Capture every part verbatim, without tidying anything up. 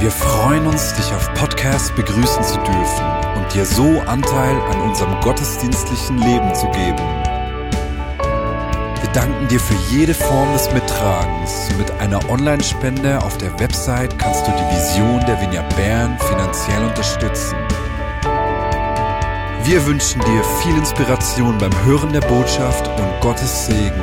Wir freuen uns, dich auf Podcast begrüßen zu dürfen und dir so Anteil an unserem gottesdienstlichen Leben zu geben. Wir danken dir für jede Form des Mittragens. Mit einer Online-Spende auf der Website kannst du die Vision der Vineyard Bern finanziell unterstützen. Wir wünschen dir viel Inspiration beim Hören der Botschaft und Gottes Segen.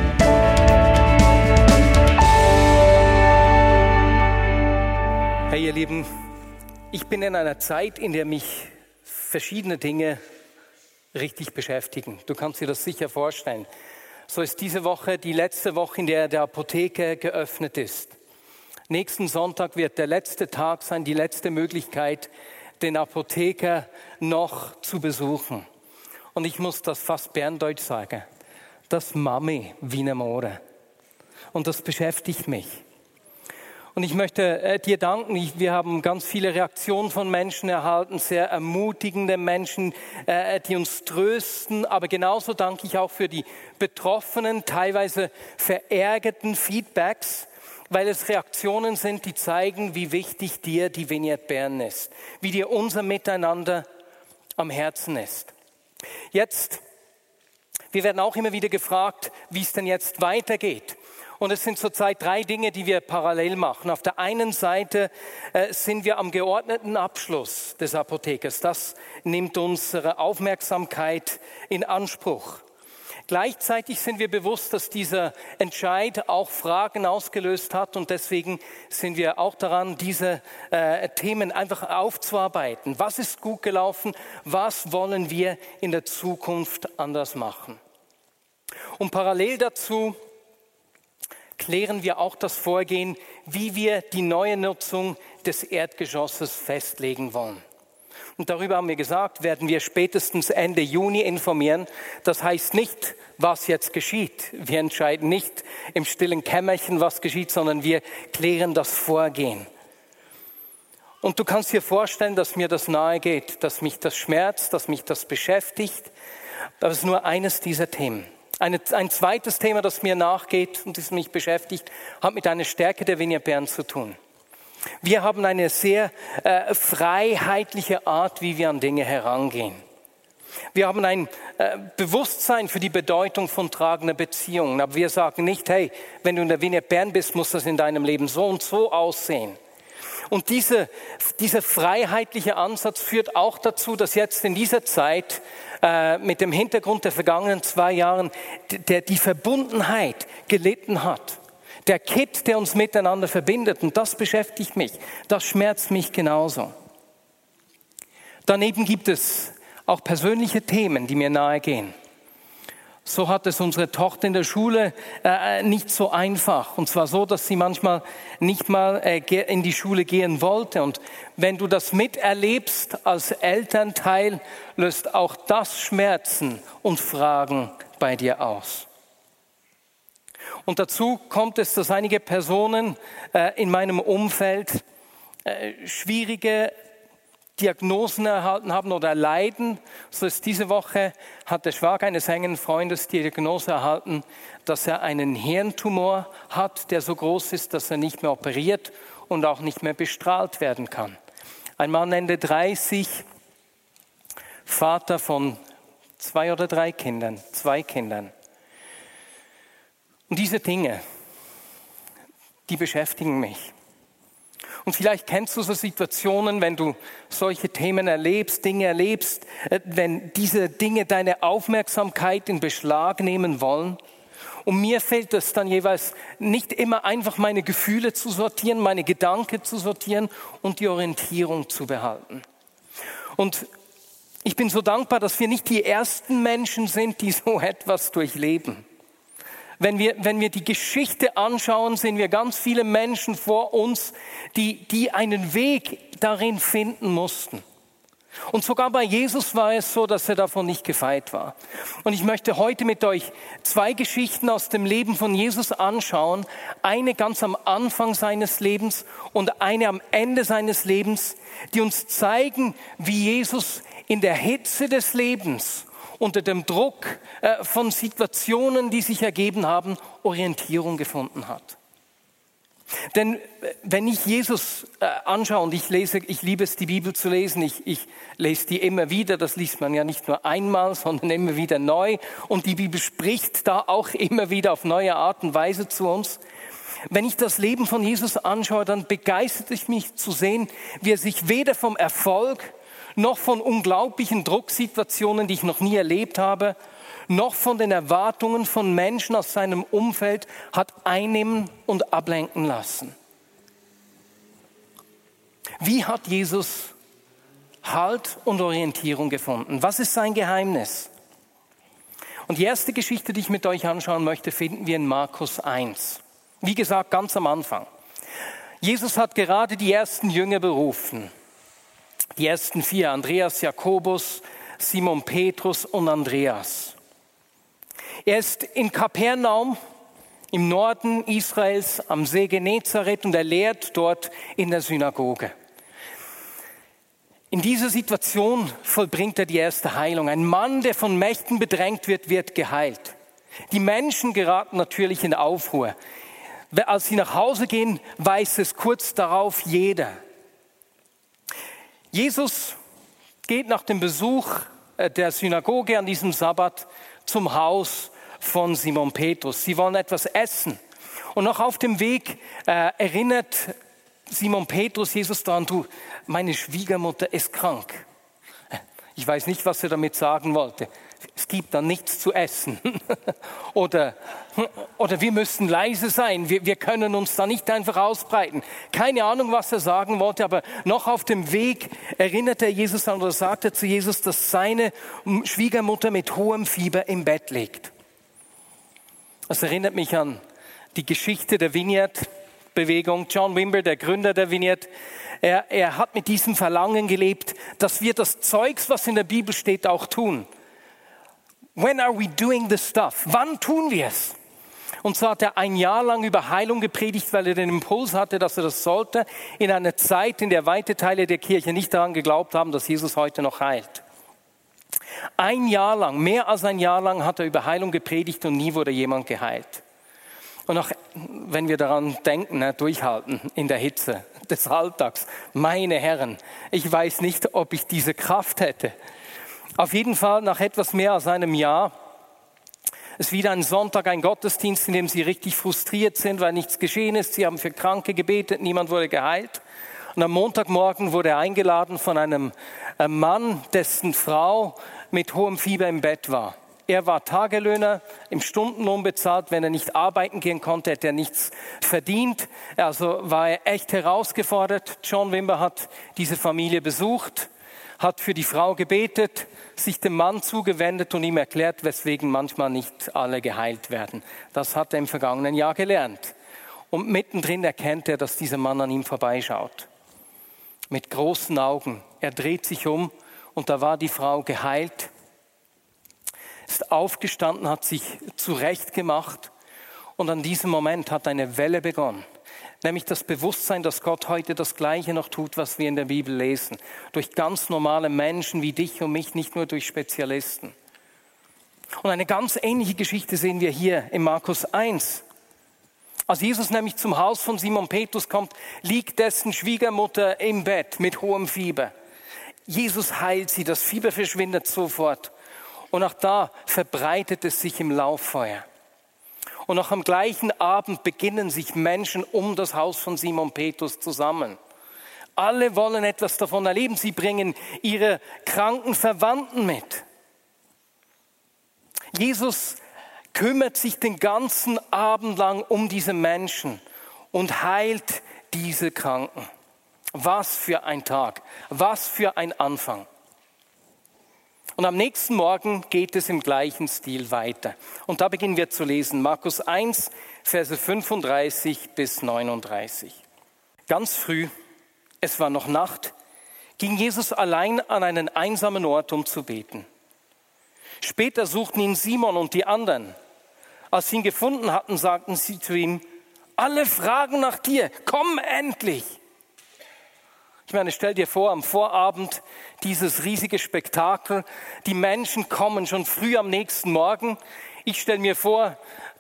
Hey ihr Lieben, ich bin in einer Zeit, in der mich verschiedene Dinge richtig beschäftigen. Du kannst dir das sicher vorstellen. So ist diese Woche die letzte Woche, in der der Apotheke geöffnet ist. Nächsten Sonntag wird der letzte Tag sein, die letzte Möglichkeit, den Apotheker noch zu besuchen. Und ich muss das fast berndeutsch sagen. Das Mami wie ne More. Und das beschäftigt mich. Und ich möchte äh, dir danken. Ich, wir haben ganz viele Reaktionen von Menschen erhalten, sehr ermutigende Menschen, äh, die uns trösten. Aber genauso danke ich auch für die betroffenen, teilweise verärgerten Feedbacks, weil es Reaktionen sind, die zeigen, wie wichtig dir die Vineyard Bern ist, wie dir unser Miteinander am Herzen ist. Jetzt, wir werden auch immer wieder gefragt, wie es denn jetzt weitergeht. Und es sind zurzeit drei Dinge, die wir parallel machen. Auf der einen Seite äh, sind wir am geordneten Abschluss des Apothekers. Das nimmt unsere Aufmerksamkeit in Anspruch. Gleichzeitig sind wir bewusst, dass dieser Entscheid auch Fragen ausgelöst hat. Und deswegen sind wir auch daran, diese äh, Themen einfach aufzuarbeiten. Was ist gut gelaufen? Was wollen wir in der Zukunft anders machen? Und parallel dazu klären wir auch das Vorgehen, wie wir die neue Nutzung des Erdgeschosses festlegen wollen. Und darüber haben wir gesagt, werden wir spätestens Ende Juni informieren. Das heißt nicht, was jetzt geschieht. Wir entscheiden nicht im stillen Kämmerchen, was geschieht, sondern wir klären das Vorgehen. Und du kannst dir vorstellen, dass mir das nahe geht, dass mich das schmerzt, dass mich das beschäftigt. Das ist nur eines dieser Themen. Eine, ein zweites Thema, das mir nachgeht und das mich beschäftigt, hat mit einer Stärke der Vineyard Bern zu tun. Wir haben eine sehr äh, freiheitliche Art, wie wir an Dinge herangehen. Wir haben ein äh, Bewusstsein für die Bedeutung von tragender Beziehungen. Aber wir sagen nicht, hey, wenn du in der Vineyard Bern bist, muss das in deinem Leben so und so aussehen. Und diese, dieser freiheitliche Ansatz führt auch dazu, dass jetzt in dieser Zeit äh, mit dem Hintergrund der vergangenen zwei Jahren der, die Verbundenheit gelitten hat. Der Kitt, der uns miteinander verbindet. Und das beschäftigt mich. Das schmerzt mich genauso. Daneben gibt es auch persönliche Themen, die mir nahe gehen. So hat es unsere Tochter in der Schule äh, nicht so einfach. Und zwar so, dass sie manchmal nicht mal äh, in die Schule gehen wollte. Und wenn du das miterlebst als Elternteil, löst auch das Schmerzen und Fragen bei dir aus. Und dazu kommt es, dass einige Personen äh, in meinem Umfeld äh, schwierige Diagnosen erhalten haben oder leiden. So ist diese Woche, hat der Schwager eines engen Freundes die Diagnose erhalten, dass er einen Hirntumor hat, der so groß ist, dass er nicht mehr operiert und auch nicht mehr bestrahlt werden kann. Ein Mann Ende dreißig, Vater von zwei oder drei Kindern, zwei Kindern. Und diese Dinge, die beschäftigen mich. Und vielleicht kennst du so Situationen, wenn du solche Themen erlebst, Dinge erlebst, wenn diese Dinge deine Aufmerksamkeit in Beschlag nehmen wollen. Und mir fällt es dann jeweils nicht immer einfach, meine Gefühle zu sortieren, meine Gedanken zu sortieren und die Orientierung zu behalten. Und ich bin so dankbar, dass wir nicht die ersten Menschen sind, die so etwas durchleben. Wenn wir, wenn wir die Geschichte anschauen, sehen wir ganz viele Menschen vor uns, die, die einen Weg darin finden mussten. Und sogar bei Jesus war es so, dass er davon nicht gefeit war. Und ich möchte heute mit euch zwei Geschichten aus dem Leben von Jesus anschauen. Eine ganz am Anfang seines Lebens und eine am Ende seines Lebens, die uns zeigen, wie Jesus in der Hitze des Lebens unter dem Druck äh, von Situationen, die sich ergeben haben, Orientierung gefunden hat. Denn wenn ich Jesus äh, anschaue und ich lese, ich liebe es, die Bibel zu lesen, ich, ich lese die immer wieder, das liest man ja nicht nur einmal, sondern immer wieder neu. Und die Bibel spricht da auch immer wieder auf neue Art und Weise zu uns. Wenn ich das Leben von Jesus anschaue, dann begeistert es mich zu sehen, wie er sich weder vom Erfolg noch von unglaublichen Drucksituationen, die ich noch nie erlebt habe, noch von den Erwartungen von Menschen aus seinem Umfeld hat einnehmen und ablenken lassen. Wie hat Jesus Halt und Orientierung gefunden? Was ist sein Geheimnis? Und die erste Geschichte, die ich mit euch anschauen möchte, finden wir in Markus eins. Wie gesagt, ganz am Anfang. Jesus hat gerade die ersten Jünger berufen. Die ersten vier, Andreas, Jakobus, Simon Petrus und Andreas. Er ist in Kapernaum im Norden Israels am See Genezareth und er lehrt dort in der Synagoge. In dieser Situation vollbringt er die erste Heilung. Ein Mann, der von Mächten bedrängt wird, wird geheilt. Die Menschen geraten natürlich in Aufruhr. Als sie nach Hause gehen, weiß es kurz darauf jeder. Jesus geht nach dem Besuch der Synagoge an diesem Sabbat zum Haus von Simon Petrus. Sie wollen etwas essen. Und noch auf dem Weg äh, erinnert Simon Petrus Jesus daran, du, meine Schwiegermutter ist krank. Ich weiß nicht, was er damit sagen wollte. Es gibt dann nichts zu essen. oder, oder wir müssen leise sein. Wir, wir können uns da nicht einfach ausbreiten. Keine Ahnung, was er sagen wollte, aber noch auf dem Weg erinnerte er Jesus an oder sagte zu Jesus, dass seine Schwiegermutter mit hohem Fieber im Bett liegt. Das erinnert mich an die Geschichte der Vineyard-Bewegung. John Wimber, der Gründer der Vineyard, er, er hat mit diesem Verlangen gelebt, dass wir das Zeugs, was in der Bibel steht, auch tun. When are we doing the stuff? Wann tun wir es? Und so hat er ein Jahr lang über Heilung gepredigt, weil er den Impuls hatte, dass er das sollte, in einer Zeit, in der weite Teile der Kirche nicht daran geglaubt haben, dass Jesus heute noch heilt. Ein Jahr lang, mehr als ein Jahr lang hat er über Heilung gepredigt und nie wurde jemand geheilt. Und auch wenn wir daran denken, ne, durchhalten in der Hitze des Alltags, meine Herren, ich weiß nicht, ob ich diese Kraft hätte. Auf jeden Fall, nach etwas mehr als einem Jahr, ist wieder ein Sonntag, ein Gottesdienst, in dem sie richtig frustriert sind, weil nichts geschehen ist. Sie haben für Kranke gebetet, niemand wurde geheilt. Und am Montagmorgen wurde er eingeladen von einem Mann, dessen Frau mit hohem Fieber im Bett war. Er war Tagelöhner, im Stundenlohn bezahlt. Wenn er nicht arbeiten gehen konnte, hätte er nichts verdient. Also war er echt herausgefordert. John Wimber hat diese Familie besucht, hat für die Frau gebetet, sich dem Mann zugewendet und ihm erklärt, weswegen manchmal nicht alle geheilt werden. Das hat er im vergangenen Jahr gelernt. Und mittendrin erkennt er, dass dieser Mann an ihm vorbeischaut. Mit großen Augen. Er dreht sich um und da war die Frau geheilt, ist aufgestanden, hat sich zurechtgemacht und an diesem Moment hat eine Welle begonnen. Nämlich das Bewusstsein, dass Gott heute das Gleiche noch tut, was wir in der Bibel lesen. Durch ganz normale Menschen wie dich und mich, nicht nur durch Spezialisten. Und eine ganz ähnliche Geschichte sehen wir hier in Markus eins. Als Jesus nämlich zum Haus von Simon Petrus kommt, liegt dessen Schwiegermutter im Bett mit hohem Fieber. Jesus heilt sie, das Fieber verschwindet sofort. Und auch da verbreitet es sich im Lauffeuer. Und noch am gleichen Abend beginnen sich Menschen um das Haus von Simon Petrus zusammen. Alle wollen etwas davon erleben. Sie bringen ihre kranken Verwandten mit. Jesus kümmert sich den ganzen Abend lang um diese Menschen und heilt diese Kranken. Was für ein Tag, was für ein Anfang. Und am nächsten Morgen geht es im gleichen Stil weiter. Und da beginnen wir zu lesen. Markus eins, Verse fünfunddreißig bis neununddreißig. Ganz früh, es war noch Nacht, ging Jesus allein an einen einsamen Ort, um zu beten. Später suchten ihn Simon und die anderen. Als sie ihn gefunden hatten, sagten sie zu ihm, alle fragen nach dir, komm endlich. Ich meine, stell dir vor, am Vorabend dieses riesige Spektakel, die Menschen kommen schon früh am nächsten Morgen. Ich stelle mir vor,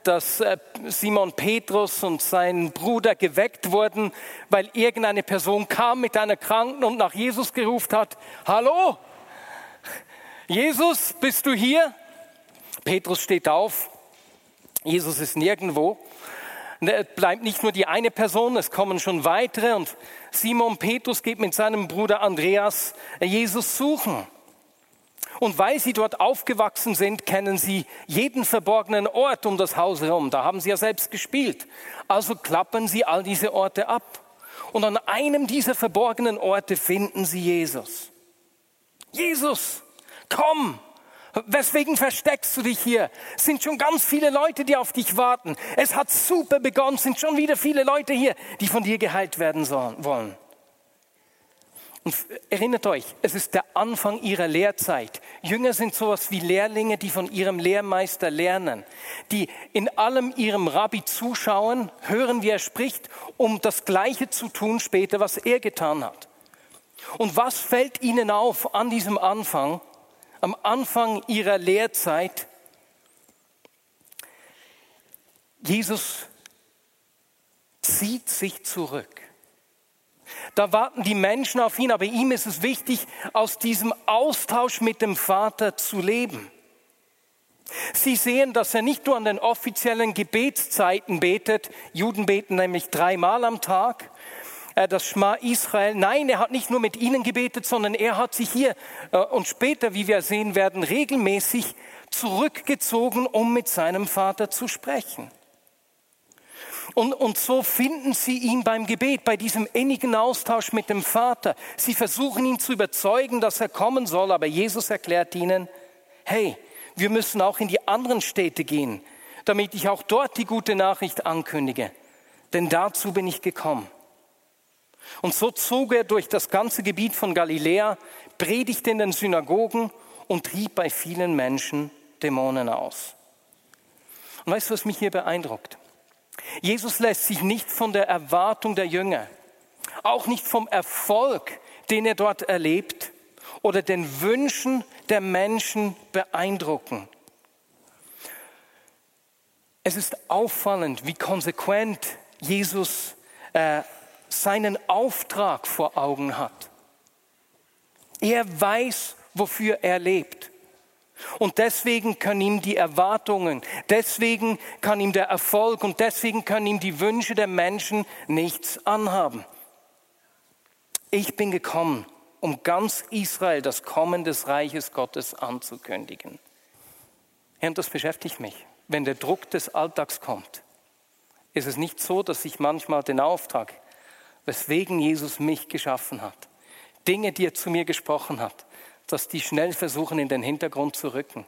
dass Simon Petrus und sein Bruder geweckt wurden, weil irgendeine Person kam mit einer Kranken und nach Jesus gerufen hat, hallo, Jesus, bist du hier? Petrus steht auf, Jesus ist nirgendwo. Es bleibt nicht nur die eine Person, es kommen schon weitere und Simon Petrus geht mit seinem Bruder Andreas Jesus suchen. Und weil sie dort aufgewachsen sind, kennen sie jeden verborgenen Ort um das Haus herum. Da haben sie ja selbst gespielt. Also klappern sie all diese Orte ab. Und an einem dieser verborgenen Orte finden sie Jesus. Jesus, komm! Weswegen versteckst du dich hier? Es sind schon ganz viele Leute, die auf dich warten. Es hat super begonnen, es sind schon wieder viele Leute hier, die von dir geheilt werden sollen, wollen. Und erinnert euch, es ist der Anfang ihrer Lehrzeit. Jünger sind sowas wie Lehrlinge, die von ihrem Lehrmeister lernen, die in allem ihrem Rabbi zuschauen, hören, wie er spricht, um das Gleiche zu tun später, was er getan hat. Und was fällt ihnen auf an diesem Anfang? Am Anfang ihrer Lehrzeit, Jesus zieht sich zurück. Da warten die Menschen auf ihn, aber ihm ist es wichtig, aus diesem Austausch mit dem Vater zu leben. Sie sehen, dass er nicht nur an den offiziellen Gebetszeiten betet, Juden beten nämlich dreimal am Tag, das Schma Israel. Nein, er hat nicht nur mit ihnen gebetet, sondern er hat sich hier äh, und später, wie wir sehen werden, regelmäßig zurückgezogen, um mit seinem Vater zu sprechen. Und, und so finden sie ihn beim Gebet, bei diesem innigen Austausch mit dem Vater. Sie versuchen ihn zu überzeugen, dass er kommen soll, aber Jesus erklärt ihnen, hey, wir müssen auch in die anderen Städte gehen, damit ich auch dort die gute Nachricht ankündige. Denn dazu bin ich gekommen. Und so zog er durch das ganze Gebiet von Galiläa, predigte in den Synagogen und trieb bei vielen Menschen Dämonen aus. Und weißt du, was mich hier beeindruckt? Jesus lässt sich nicht von der Erwartung der Jünger, auch nicht vom Erfolg, den er dort erlebt, oder den Wünschen der Menschen beeindrucken. Es ist auffallend, wie konsequent Jesus äh, seinen Auftrag vor Augen hat. Er weiß, wofür er lebt. Und deswegen können ihm die Erwartungen, deswegen kann ihm der Erfolg und deswegen können ihm die Wünsche der Menschen nichts anhaben. Ich bin gekommen, um ganz Israel das Kommen des Reiches Gottes anzukündigen. Ja, und das beschäftigt mich. Wenn der Druck des Alltags kommt, ist es nicht so, dass ich manchmal den Auftrag, weswegen Jesus mich geschaffen hat, Dinge, die er zu mir gesprochen hat, dass die schnell versuchen, in den Hintergrund zu rücken.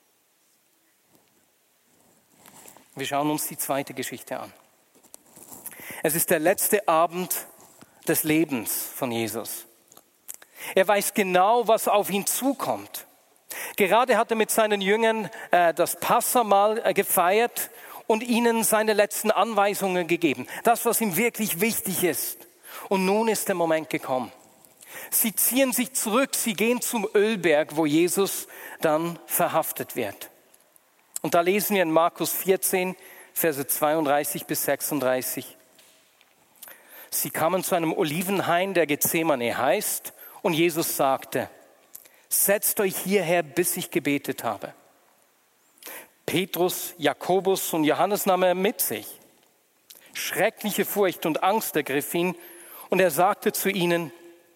Wir schauen uns die zweite Geschichte an. Es ist der letzte Abend des Lebens von Jesus. Er weiß genau, was auf ihn zukommt. Gerade hat er mit seinen Jüngern äh, das Passamahl äh, gefeiert und ihnen seine letzten Anweisungen gegeben. Das, was ihm wirklich wichtig ist. Und nun ist der Moment gekommen. Sie ziehen sich zurück, sie gehen zum Ölberg, wo Jesus dann verhaftet wird. Und da lesen wir in Markus vierzehn, Verse zweiunddreißig bis sechsunddreißig. Sie kamen zu einem Olivenhain, der Gethsemane heißt, und Jesus sagte, setzt euch hierher, bis ich gebetet habe. Petrus, Jakobus und Johannes nahm er mit sich. Schreckliche Furcht und Angst ergriff ihn und er sagte zu ihnen,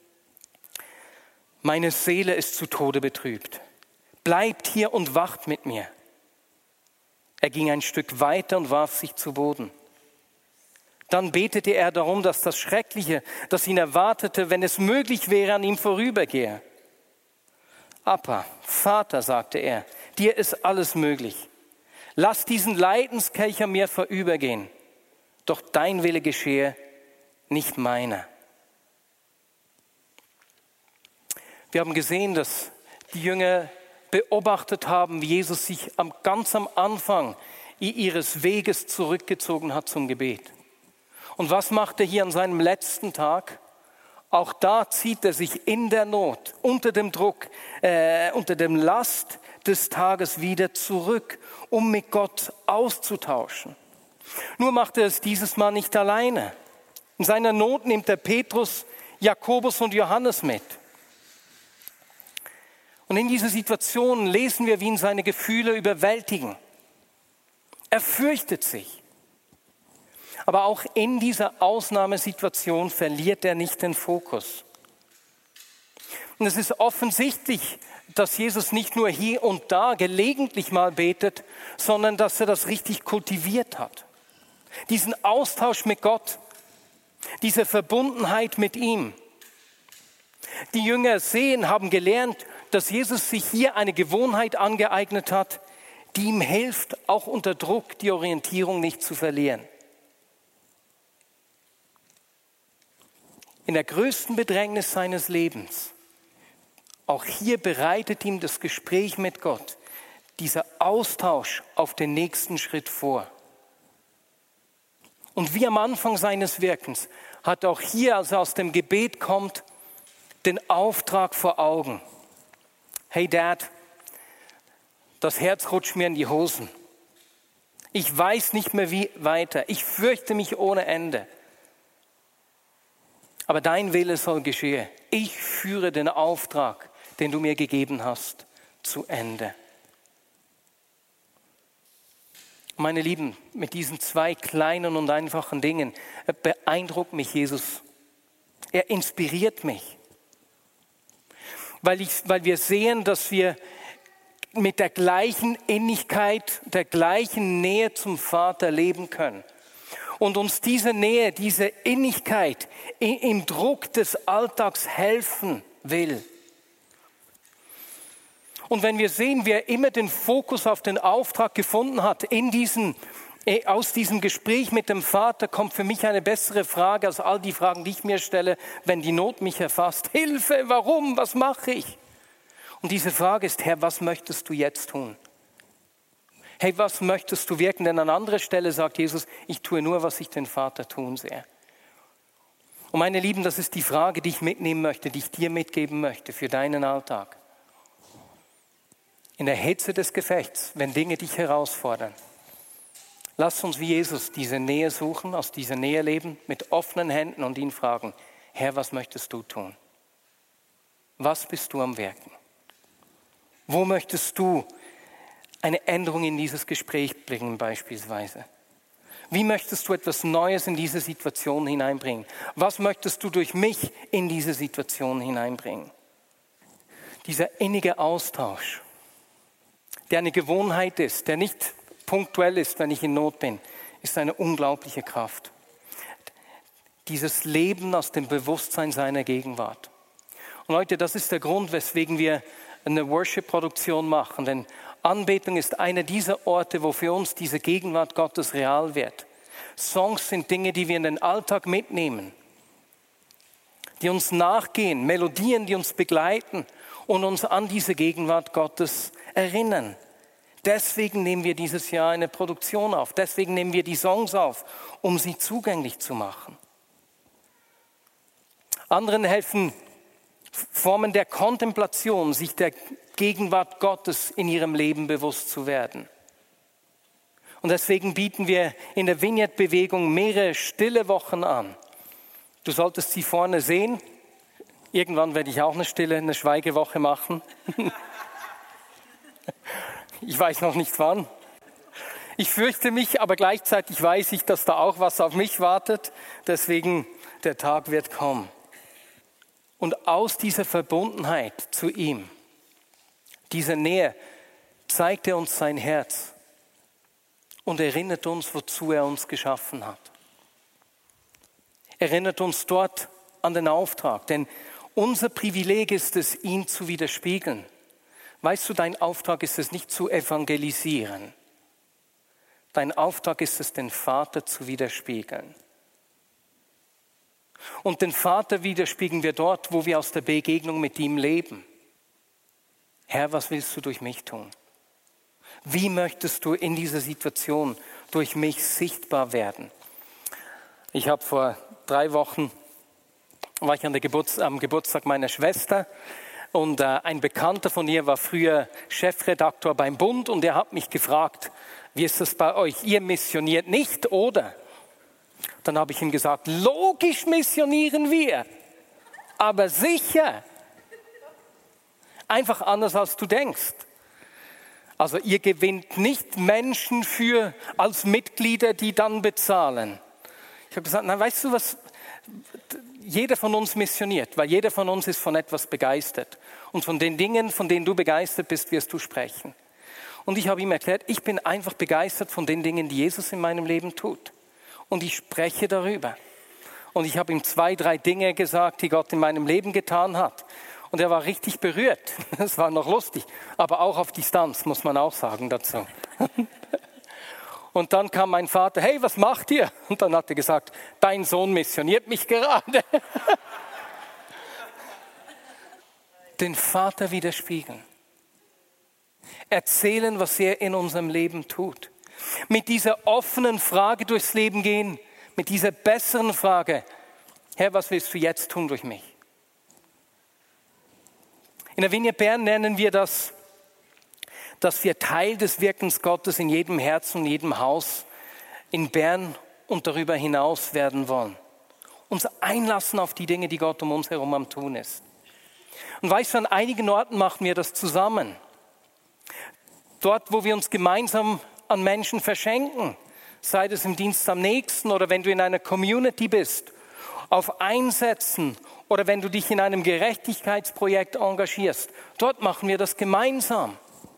meine Seele ist zu Tode betrübt. Bleibt hier und wacht mit mir. Er ging ein Stück weiter und warf sich zu Boden. Dann betete er darum, dass das Schreckliche, das ihn erwartete, wenn es möglich wäre, an ihm vorübergehe. Abba, Vater, sagte er, dir ist alles möglich. Lass diesen Leidenskelch an mir vorübergehen. Doch dein Wille geschehe, nicht meiner. Wir haben gesehen, dass die Jünger beobachtet haben, wie Jesus sich am, ganz am Anfang ihres Weges zurückgezogen hat zum Gebet. Und was macht er hier an seinem letzten Tag? Auch da zieht er sich in der Not, unter dem Druck, äh, unter dem Last des Tages wieder zurück, um mit Gott auszutauschen. Nur macht er es dieses Mal nicht alleine. In seiner Not nimmt er Petrus, Jakobus und Johannes mit. Und in dieser Situation lesen wir, wie ihn seine Gefühle überwältigen. Er fürchtet sich. Aber auch in dieser Ausnahmesituation verliert er nicht den Fokus. Und es ist offensichtlich, dass Jesus nicht nur hier und da gelegentlich mal betet, sondern dass er das richtig kultiviert hat. Diesen Austausch mit Gott, diese Verbundenheit mit ihm. Die Jünger sehen, haben gelernt, dass Jesus sich hier eine Gewohnheit angeeignet hat, die ihm hilft, auch unter Druck die Orientierung nicht zu verlieren. In der größten Bedrängnis seines Lebens, auch hier bereitet ihm das Gespräch mit Gott, dieser Austausch auf den nächsten Schritt vor. Und wie am Anfang seines Wirkens hat auch hier, als er aus dem Gebet kommt, den Auftrag vor Augen. Hey Dad, das Herz rutscht mir in die Hosen. Ich weiß nicht mehr wie weiter. Ich fürchte mich ohne Ende. Aber dein Wille soll geschehen. Ich führe den Auftrag, den du mir gegeben hast, zu Ende. Meine Lieben, mit diesen zwei kleinen und einfachen Dingen beeindruckt mich Jesus. Er inspiriert mich. Weil, ich, weil wir sehen, dass wir mit der gleichen Innigkeit, der gleichen Nähe zum Vater leben können. Und uns diese Nähe, diese Innigkeit im Druck des Alltags helfen will. Und wenn wir sehen, wer immer den Fokus auf den Auftrag gefunden hat, in diesen, aus diesem Gespräch mit dem Vater kommt für mich eine bessere Frage als all die Fragen, die ich mir stelle, wenn die Not mich erfasst. Hilfe, warum, was mache ich? Und diese Frage ist, Herr, was möchtest du jetzt tun? Hey, was möchtest du wirken? Denn an anderer Stelle sagt Jesus, ich tue nur, was ich den Vater tun sehe. Und meine Lieben, das ist die Frage, die ich mitnehmen möchte, die ich dir mitgeben möchte für deinen Alltag. In der Hitze des Gefechts, wenn Dinge dich herausfordern, lass uns wie Jesus diese Nähe suchen, aus dieser Nähe leben, mit offenen Händen und ihn fragen, Herr, was möchtest du tun? Was bist du am Wirken? Wo möchtest du eine Änderung in dieses Gespräch bringen beispielsweise? Wie möchtest du etwas Neues in diese Situation hineinbringen? Was möchtest du durch mich in diese Situation hineinbringen? Dieser innige Austausch, der eine Gewohnheit ist, der nicht punktuell ist, wenn ich in Not bin, ist eine unglaubliche Kraft. Dieses Leben aus dem Bewusstsein seiner Gegenwart. Und Leute, das ist der Grund, weswegen wir eine Worship-Produktion machen, denn Anbetung ist einer dieser Orte, wo für uns diese Gegenwart Gottes real wird. Songs sind Dinge, die wir in den Alltag mitnehmen, die uns nachgehen, Melodien, die uns begleiten und uns an diese Gegenwart Gottes erinnern. Deswegen nehmen wir dieses Jahr eine Produktion auf, deswegen nehmen wir die Songs auf, um sie zugänglich zu machen. Anderen helfen Formen der Kontemplation, sich der Gegenwart Gottes in ihrem Leben bewusst zu werden. Und deswegen bieten wir in der Vineyard-Bewegung mehrere stille Wochen an. Du solltest sie vorne sehen. Irgendwann werde ich auch eine stille, eine Schweigewoche machen. Ich weiß noch nicht wann. Ich fürchte mich, aber gleichzeitig weiß ich, dass da auch was auf mich wartet. Deswegen, der Tag wird kommen. Und aus dieser Verbundenheit zu ihm, dieser Nähe, zeigt er uns sein Herz und erinnert uns, wozu er uns geschaffen hat. Erinnert uns dort an den Auftrag, denn unser Privileg ist es, ihn zu widerspiegeln. Weißt du, dein Auftrag ist es nicht zu evangelisieren. Dein Auftrag ist es, den Vater zu widerspiegeln. Und den Vater widerspiegeln wir dort, wo wir aus der Begegnung mit ihm leben. Herr, was willst du durch mich tun? Wie möchtest du in dieser Situation durch mich sichtbar werden? Ich habe vor drei Wochen, war ich an der Geburts-, am Geburtstag meiner Schwester Und äh, ein Bekannter von ihr war früher Chefredaktor beim Bund und er hat mich gefragt, wie ist das bei euch? Ihr missioniert nicht, oder? Dann habe ich ihm gesagt, logisch missionieren wir, aber sicher. Einfach anders, als du denkst. Also ihr gewinnt nicht Menschen für, als Mitglieder, die dann bezahlen. Ich habe gesagt, na, weißt du was, jeder von uns missioniert, weil jeder von uns ist von etwas begeistert. Und von den Dingen, von denen du begeistert bist, wirst du sprechen. Und ich habe ihm erklärt, ich bin einfach begeistert von den Dingen, die Jesus in meinem Leben tut. Und ich spreche darüber. Und ich habe ihm zwei, drei Dinge gesagt, die Gott in meinem Leben getan hat. Und er war richtig berührt. Das war noch lustig. Aber auch auf Distanz, muss man auch sagen dazu. Und dann kam mein Vater, hey, was macht ihr? Und dann hat er gesagt, dein Sohn missioniert mich gerade. Den Vater widerspiegeln. Erzählen, was er in unserem Leben tut. Mit dieser offenen Frage durchs Leben gehen, mit dieser besseren Frage, Herr, was willst du jetzt tun durch mich? In der Vineyard Bern nennen wir das, dass wir Teil des Wirkens Gottes in jedem Herzen und jedem Haus in Bern und darüber hinaus werden wollen. Uns einlassen auf die Dinge, die Gott um uns herum am Tun ist. Und weißt du, an einigen Orten machen wir das zusammen. Dort, wo wir uns gemeinsam an Menschen verschenken, sei das im Dienst am Nächsten oder wenn du in einer Community bist, auf Einsätzen oder wenn du dich in einem Gerechtigkeitsprojekt engagierst. Dort machen wir das gemeinsam.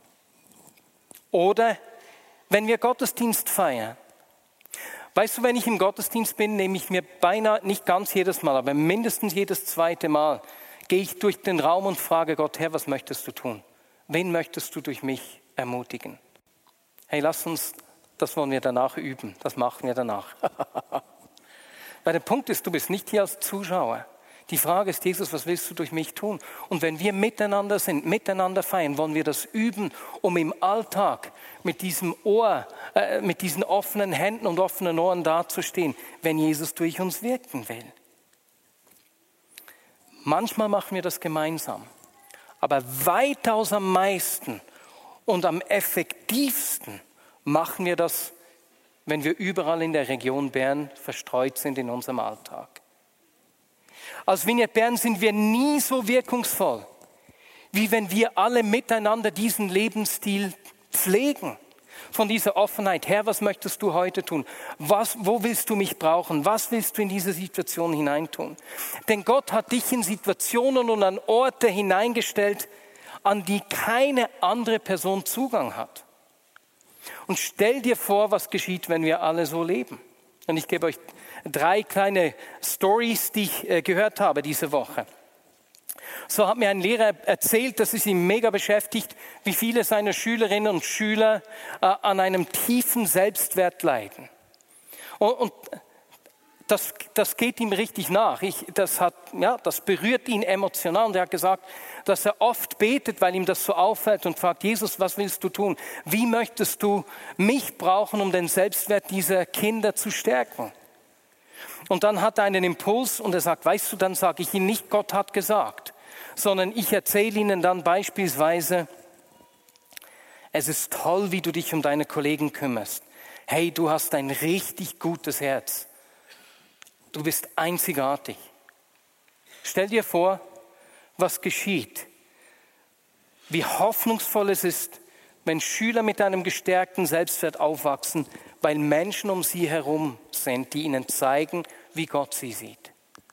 Oder wenn wir Gottesdienst feiern. Weißt du, wenn ich im Gottesdienst bin, nehme ich mir beinahe, nicht ganz jedes Mal, aber mindestens jedes zweite Mal, gehe ich durch den Raum und frage Gott, Herr, was möchtest du tun? Wen möchtest du durch mich ermutigen? Hey, lass uns, das wollen wir danach üben, das machen wir danach. Weil der Punkt ist, du bist nicht hier als Zuschauer. Die Frage ist, Jesus, was willst du durch mich tun? Und wenn wir miteinander sind, miteinander feiern, wollen wir das üben, um im Alltag mit diesem Ohr, äh, mit diesen offenen Händen und offenen Ohren dazustehen, wenn Jesus durch uns wirken will. Manchmal machen wir das gemeinsam, aber weitaus am meisten und am effektivsten machen wir das, wenn wir überall in der Region Bern verstreut sind in unserem Alltag. Als Vineyard Bern sind wir nie so wirkungsvoll, wie wenn wir alle miteinander diesen Lebensstil pflegen. Von dieser Offenheit. Herr, was möchtest du heute tun? Was, wo willst du mich brauchen? Was willst du in diese Situation hineintun? Denn Gott hat dich in Situationen und an Orte hineingestellt, an die keine andere Person Zugang hat. Und stell dir vor, was geschieht, wenn wir alle so leben. Und ich gebe euch drei kleine Stories, die ich äh, gehört habe diese Woche. So hat mir ein Lehrer erzählt, dass es ihn mega beschäftigt, wie viele seiner Schülerinnen und Schüler äh, an einem tiefen Selbstwert leiden. Und, und das, das geht ihm richtig nach. Ich, das, hat, ja, das berührt ihn emotional. Und er hat gesagt, dass er oft betet, weil ihm das so auffällt und fragt, Jesus, was willst du tun? Wie möchtest du mich brauchen, um den Selbstwert dieser Kinder zu stärken? Und dann hat er einen Impuls und er sagt, weißt du, dann sage ich ihnen nicht, Gott hat gesagt, sondern ich erzähle ihnen dann beispielsweise, es ist toll, wie du dich um deine Kollegen kümmerst. Hey, du hast ein richtig gutes Herz. Du bist einzigartig. Stell dir vor, was geschieht. Wie hoffnungsvoll es ist, wenn Schüler mit einem gestärkten Selbstwert aufwachsen, weil Menschen um sie herum sind, die ihnen zeigen, wie Gott sie sieht.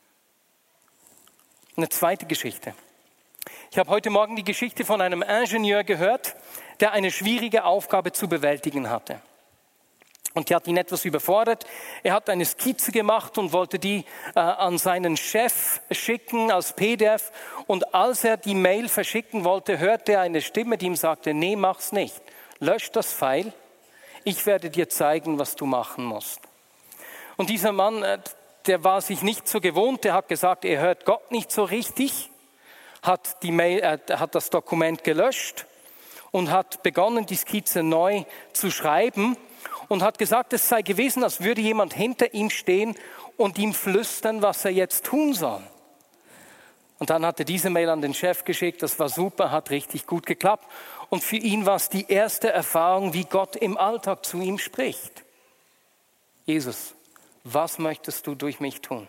Eine zweite Geschichte. Ich habe heute Morgen die Geschichte von einem Ingenieur gehört, der eine schwierige Aufgabe zu bewältigen hatte. Und die hat ihn etwas überfordert. Er hat eine Skizze gemacht und wollte die äh, an seinen Chef schicken als P D F. Und als er die Mail verschicken wollte, hörte er eine Stimme, die ihm sagte, nee, mach's nicht. Lösch das File. Ich werde dir zeigen, was du machen musst. Und dieser Mann, äh, der war sich nicht so gewohnt. Der hat gesagt, er hört Gott nicht so richtig. Hat, die Mail, äh, hat das Dokument gelöscht und hat begonnen, die Skizze neu zu schreiben. Und hat gesagt, es sei gewesen, als würde jemand hinter ihm stehen und ihm flüstern, was er jetzt tun soll. Und dann hat er diese Mail an den Chef geschickt, das war super, hat richtig gut geklappt. Und für ihn war es die erste Erfahrung, wie Gott im Alltag zu ihm spricht. Jesus, was möchtest du durch mich tun?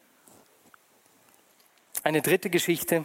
Eine dritte Geschichte.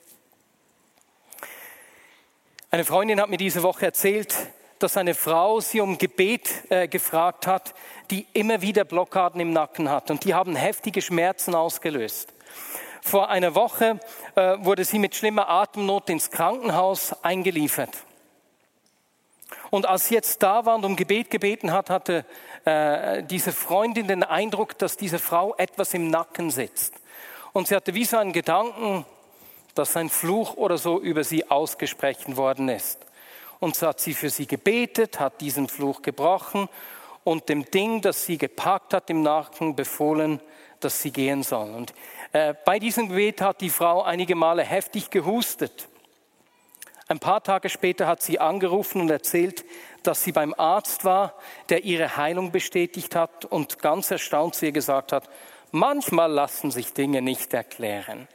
Eine Freundin hat mir diese Woche erzählt, dass eine Frau sie um Gebet äh, gefragt hat, die immer wieder Blockaden im Nacken hat. Und die haben heftige Schmerzen ausgelöst. Vor einer Woche äh, wurde sie mit schlimmer Atemnot ins Krankenhaus eingeliefert. Und als sie jetzt da war und um Gebet gebeten hat, hatte äh, diese Freundin den Eindruck, dass diese Frau etwas im Nacken sitzt. Und sie hatte wie so einen Gedanken, dass ein Fluch oder so über sie ausgesprochen worden ist. Und so hat sie für sie gebetet, hat diesen Fluch gebrochen und dem Ding, das sie gepackt hat im Nacken, befohlen, dass sie gehen soll. Und äh, bei diesem Gebet hat die Frau einige Male heftig gehustet. Ein paar Tage später hat sie angerufen und erzählt, dass sie beim Arzt war, der ihre Heilung bestätigt hat und ganz erstaunt zu ihr gesagt hat, manchmal lassen sich Dinge nicht erklären.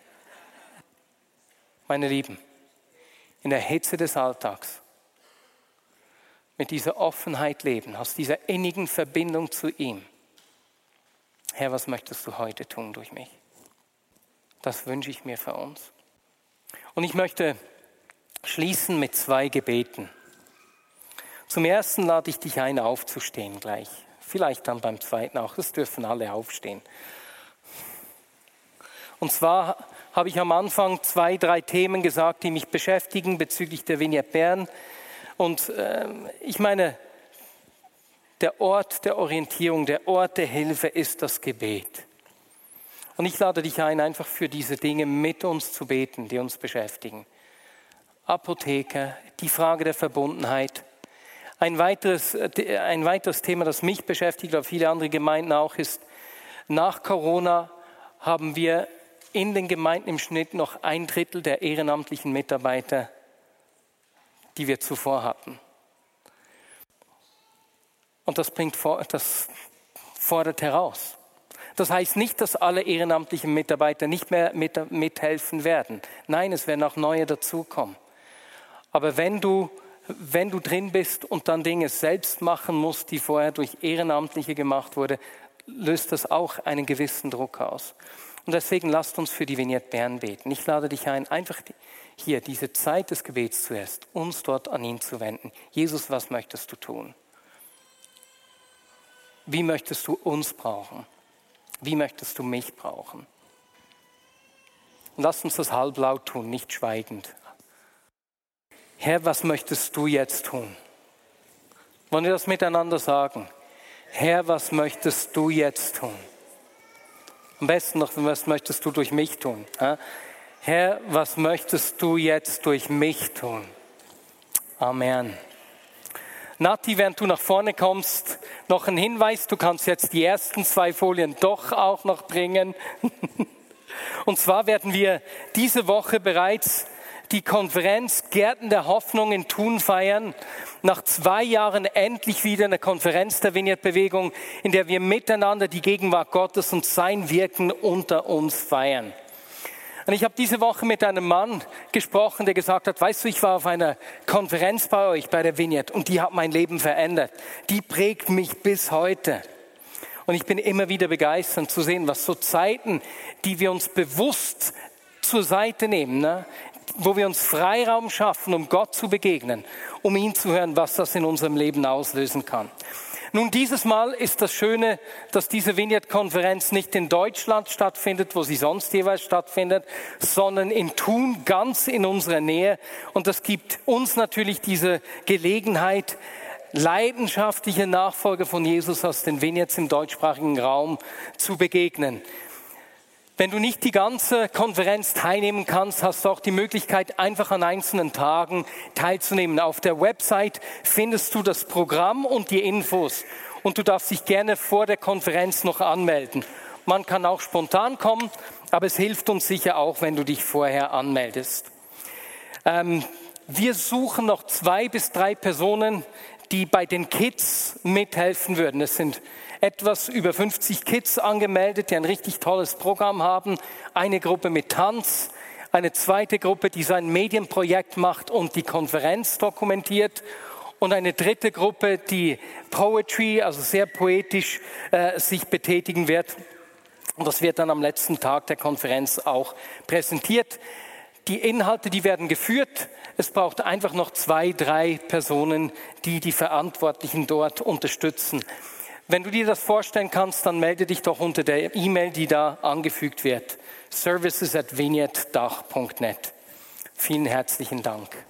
Meine Lieben, in der Hitze des Alltags, mit dieser Offenheit leben, aus dieser innigen Verbindung zu ihm. Herr, was möchtest du heute tun durch mich? Das wünsche ich mir für uns. Und ich möchte schließen mit zwei Gebeten. Zum ersten lade ich dich ein, aufzustehen gleich. Vielleicht dann beim zweiten auch. Es dürfen alle aufstehen. Und zwar habe ich am Anfang zwei, drei Themen gesagt, die mich beschäftigen bezüglich der Vineyard Bern. Und äh, ich meine, der Ort der Orientierung, der Ort der Hilfe ist das Gebet. Und ich lade dich ein, einfach für diese Dinge mit uns zu beten, die uns beschäftigen. Apotheker, die Frage der Verbundenheit. Ein weiteres, ein weiteres Thema, das mich beschäftigt, aber viele andere Gemeinden auch, ist, nach Corona haben wir in den Gemeinden im Schnitt noch ein Drittel der ehrenamtlichen Mitarbeiter, die wir zuvor hatten. Und das bringt, das fordert heraus. Das heißt nicht, dass alle ehrenamtlichen Mitarbeiter nicht mehr mit, mithelfen werden. Nein, es werden auch neue dazukommen. Aber wenn du, wenn du drin bist und dann Dinge selbst machen musst, die vorher durch Ehrenamtliche gemacht wurden, löst das auch einen gewissen Druck aus. Und deswegen lasst uns für die Vineyard Bern beten. Ich lade dich ein, einfach hier diese Zeit des Gebets zuerst, uns dort an ihn zu wenden. Jesus, was möchtest du tun? Wie möchtest du uns brauchen? Wie möchtest du mich brauchen? Und lass uns das halblaut tun, nicht schweigend. Herr, was möchtest du jetzt tun? Wollen wir das miteinander sagen? Herr, was möchtest du jetzt tun? Am besten noch, was möchtest du durch mich tun? Herr, was möchtest du jetzt durch mich tun? Amen. Nati, während du nach vorne kommst, noch ein Hinweis, du kannst jetzt die ersten zwei Folien doch auch noch bringen. Und zwar werden wir diese Woche bereits die Konferenz Gärten der Hoffnung in Thun feiern. Nach zwei Jahren endlich wieder eine Konferenz der Vineyard-Bewegung, in der wir miteinander die Gegenwart Gottes und sein Wirken unter uns feiern. Und ich habe diese Woche mit einem Mann gesprochen, der gesagt hat, weißt du, ich war auf einer Konferenz bei euch, bei der Vineyard, und die hat mein Leben verändert. Die prägt mich bis heute. Und ich bin immer wieder begeistert zu sehen, was so Zeiten, die wir uns bewusst zur Seite nehmen, ne? Wo wir uns Freiraum schaffen, um Gott zu begegnen, um ihn zu hören, was das in unserem Leben auslösen kann. Nun, dieses Mal ist das Schöne, dass diese Vineyard-Konferenz nicht in Deutschland stattfindet, wo sie sonst jeweils stattfindet, sondern in Thun, ganz in unserer Nähe. Und das gibt uns natürlich diese Gelegenheit, leidenschaftliche Nachfolger von Jesus aus den Vineyards im deutschsprachigen Raum zu begegnen. Wenn du nicht die ganze Konferenz teilnehmen kannst, hast du auch die Möglichkeit, einfach an einzelnen Tagen teilzunehmen. Auf der Website findest du das Programm und die Infos. Und du darfst dich gerne vor der Konferenz noch anmelden. Man kann auch spontan kommen, aber es hilft uns sicher auch, wenn du dich vorher anmeldest. Ähm, wir suchen noch zwei bis drei Personen, die bei den Kids mithelfen würden. Es sind etwas über fünfzig Kids angemeldet, die ein richtig tolles Programm haben. Eine Gruppe mit Tanz, eine zweite Gruppe, die so ein Medienprojekt macht und die Konferenz dokumentiert und eine dritte Gruppe, die Poetry, also sehr poetisch äh, sich betätigen wird. Und das wird dann am letzten Tag der Konferenz auch präsentiert. Die Inhalte, die werden geführt. Es braucht einfach noch zwei, drei Personen, die die Verantwortlichen dort unterstützen. Wenn du dir das vorstellen kannst, dann melde dich doch unter der E-Mail, die da angefügt wird. services at vineyard dach punkt net. Vielen herzlichen Dank.